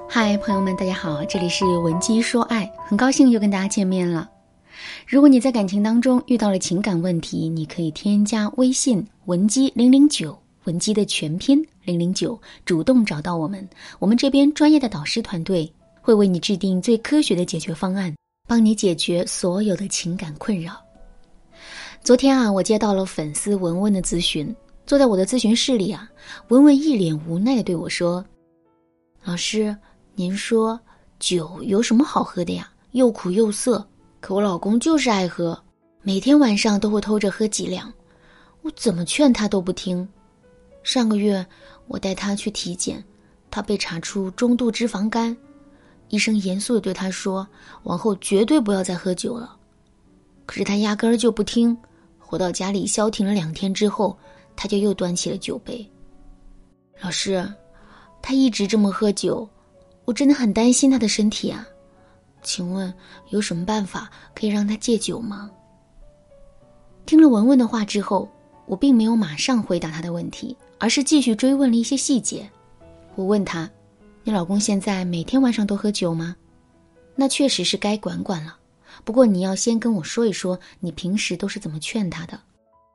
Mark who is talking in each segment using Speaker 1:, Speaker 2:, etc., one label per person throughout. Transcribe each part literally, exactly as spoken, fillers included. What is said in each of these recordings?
Speaker 1: 嗨，朋友们，大家好，这里是文姬说爱，很高兴又跟大家见面了。如果你在感情当中遇到了情感问题，你可以添加微信文姬零零九，文姬的全拼零零九，主动找到我们，我们这边专业的导师团队会为你制定最科学的解决方案，帮你解决所有的情感困扰。昨天啊，我接到了粉丝文文的咨询，坐在我的咨询室里啊，文文一脸无奈地对我说：老师，您说酒有什么好喝的呀？又苦又涩，可我老公就是爱喝，每天晚上都会偷着喝几两，我怎么劝他都不听。上个月我带他去体检，他被查出中度脂肪肝，医生严肃地对他说，往后绝对不要再喝酒了。可是他压根儿就不听，回到家里消停了两天之后，他就又端起了酒杯。老师，他一直这么喝酒，我真的很担心他的身体啊，请问有什么办法可以让他戒酒吗？听了文文的话之后，我并没有马上回答他的问题，而是继续追问了一些细节。我问他，你老公现在每天晚上都喝酒吗？那确实是该管管了，不过你要先跟我说一说你平时都是怎么劝他的。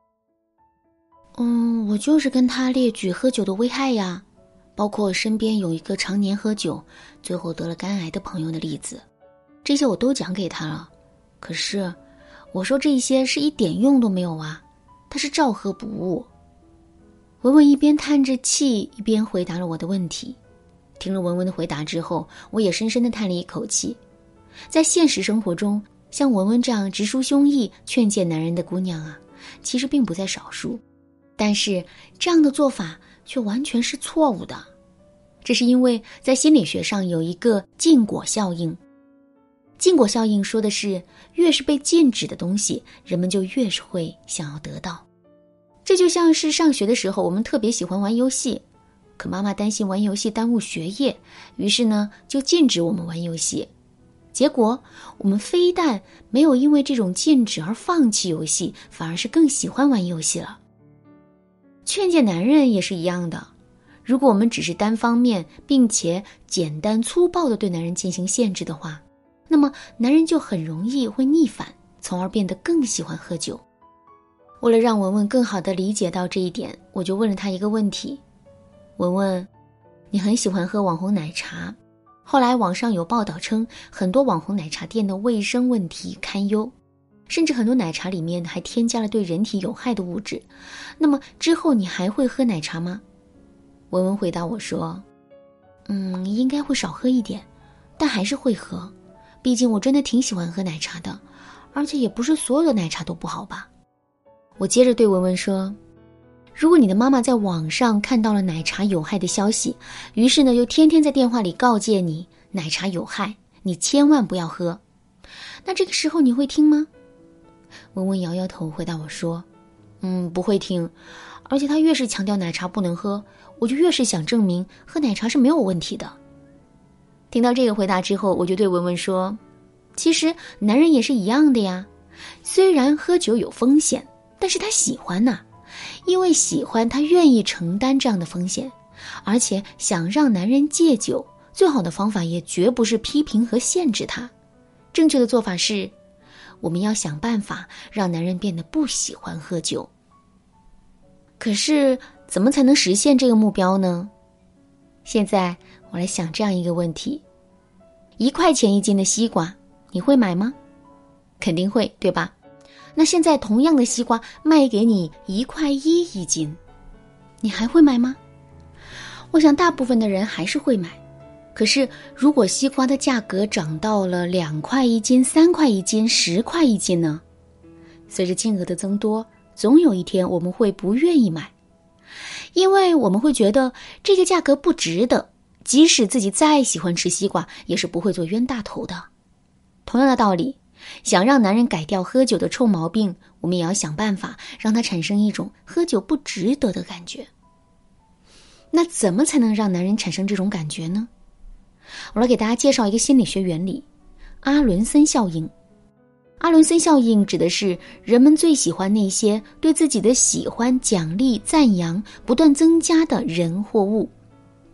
Speaker 1: 嗯，我就是跟他列举喝酒的危害呀，包括身边有一个常年喝酒最后得了肝癌的朋友的例子，这些我都讲给他了。可是我说这些是一点用都没有啊，他是照喝不误。文文一边叹着气一边回答了我的问题。听了文文的回答之后，我也深深地叹了一口气。在现实生活中，像文文这样直抒胸臆劝诫男人的姑娘啊，其实并不在少数，但是这样的做法却完全是错误的。这是因为在心理学上有一个禁果效应。禁果效应说的是，越是被禁止的东西，人们就越是会想要得到。这就像是上学的时候，我们特别喜欢玩游戏，可妈妈担心玩游戏耽误学业，于是呢就禁止我们玩游戏。结果我们非但没有因为这种禁止而放弃游戏，反而是更喜欢玩游戏了。劝诫男人也是一样的，如果我们只是单方面并且简单粗暴地对男人进行限制的话，那么男人就很容易会逆反，从而变得更喜欢喝酒。为了让文文更好地理解到这一点，我就问了他一个问题。文文，你很喜欢喝网红奶茶，后来网上有报道称，很多网红奶茶店的卫生问题堪忧，甚至很多奶茶里面还添加了对人体有害的物质。那么之后你还会喝奶茶吗？文文回答我说，嗯，应该会少喝一点，但还是会喝，毕竟我真的挺喜欢喝奶茶的，而且也不是所有的奶茶都不好吧。我接着对文文说，如果你的妈妈在网上看到了奶茶有害的消息，于是呢又天天在电话里告诫你奶茶有害，你千万不要喝，那这个时候你会听吗？文文摇摇头回答我说，嗯，不会听，而且他越是强调奶茶不能喝，我就越是想证明喝奶茶是没有问题的。听到这个回答之后，我就对文文说，其实男人也是一样的呀，虽然喝酒有风险，但是他喜欢呐、啊，因为喜欢他愿意承担这样的风险，而且想让男人戒酒，最好的方法也绝不是批评和限制他，正确的做法是，我们要想办法让男人变得不喜欢喝酒。可是怎么才能实现这个目标呢？现在我来想这样一个问题，一块钱一斤的西瓜，你会买吗？肯定会，对吧？那现在同样的西瓜卖给你一块一一斤，你还会买吗？我想大部分的人还是会买。可是如果西瓜的价格涨到了两块一斤、三块一斤、十块一斤呢？随着金额的增多，总有一天我们会不愿意买，因为我们会觉得这个价格不值得，即使自己再喜欢吃西瓜，也是不会做冤大头的。同样的道理，想让男人改掉喝酒的臭毛病，我们也要想办法让他产生一种喝酒不值得的感觉。那怎么才能让男人产生这种感觉呢？我来给大家介绍一个心理学原理，阿伦森效应。阿伦森效应指的是人们最喜欢那些对自己的喜欢、奖励、赞扬不断增加的人或物。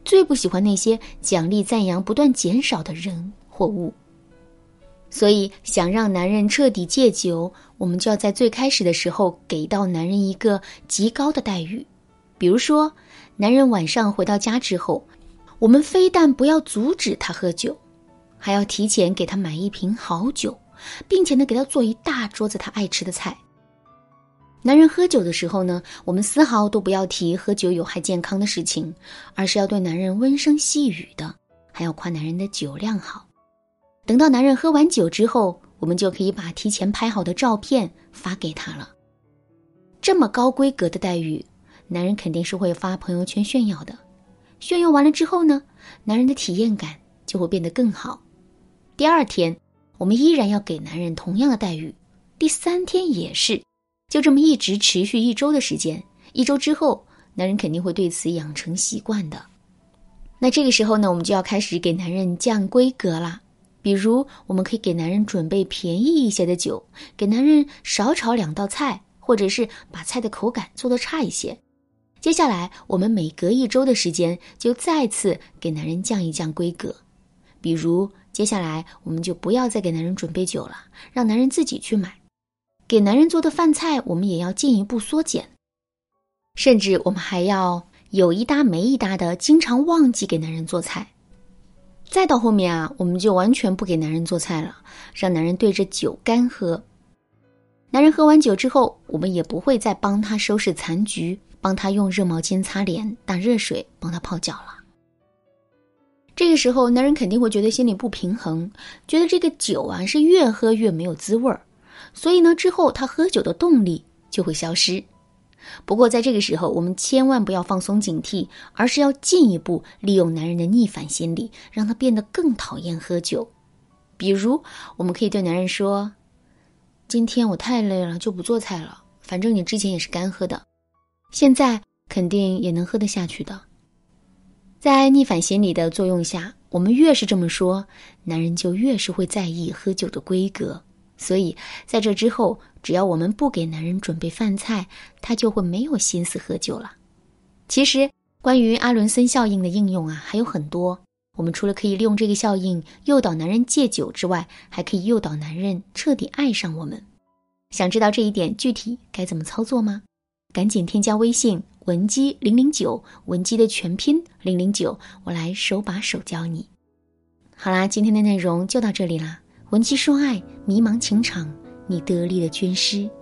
Speaker 1: 最不喜欢那些奖励赞扬不断减少的人或物。所以想让男人彻底戒酒，我们就要在最开始的时候给到男人一个极高的待遇。比如说，男人晚上回到家之后，我们非但不要阻止他喝酒，还要提前给他买一瓶好酒，并且呢给他做一大桌子他爱吃的菜。男人喝酒的时候呢，我们丝毫都不要提喝酒有害健康的事情，而是要对男人温声细语的，还要夸男人的酒量好。等到男人喝完酒之后，我们就可以把提前拍好的照片发给他了。这么高规格的待遇，男人肯定是会发朋友圈炫耀的。炫耀完了之后呢，男人的体验感就会变得更好。第二天，我们依然要给男人同样的待遇，第三天也是，就这么一直持续一周的时间。一周之后，男人肯定会对此养成习惯的。那这个时候呢，我们就要开始给男人降规格啦。比如，我们可以给男人准备便宜一些的酒，给男人少炒两道菜，或者是把菜的口感做得差一些。接下来，我们每隔一周的时间，就再次给男人降一降规格。比如，接下来我们就不要再给男人准备酒了，让男人自己去买。给男人做的饭菜，我们也要进一步缩减。甚至我们还要有一搭没一搭的，经常忘记给男人做菜。再到后面啊，我们就完全不给男人做菜了，让男人对着酒干喝。男人喝完酒之后，我们也不会再帮他收拾残局，帮他用热毛巾擦脸，打热水帮他泡脚了。这个时候，男人肯定会觉得心里不平衡，觉得这个酒啊是越喝越没有滋味儿，所以呢，之后他喝酒的动力就会消失。不过在这个时候，我们千万不要放松警惕，而是要进一步利用男人的逆反心理，让他变得更讨厌喝酒。比如，我们可以对男人说，今天我太累了，就不做菜了，反正你之前也是干喝的，现在肯定也能喝得下去的。在逆反心理的作用下，我们越是这么说，男人就越是会在意喝酒的规格。所以在这之后，只要我们不给男人准备饭菜，他就会没有心思喝酒了。其实关于阿伦森效应的应用啊还有很多，我们除了可以利用这个效应诱导男人戒酒之外，还可以诱导男人彻底爱上我们。想知道这一点具体该怎么操作吗？赶紧添加微信文姬零零九，文姬的全拼零零九，我来手把手教你。好啦，今天的内容就到这里啦。文姬说爱，迷茫情场，你得力的军师。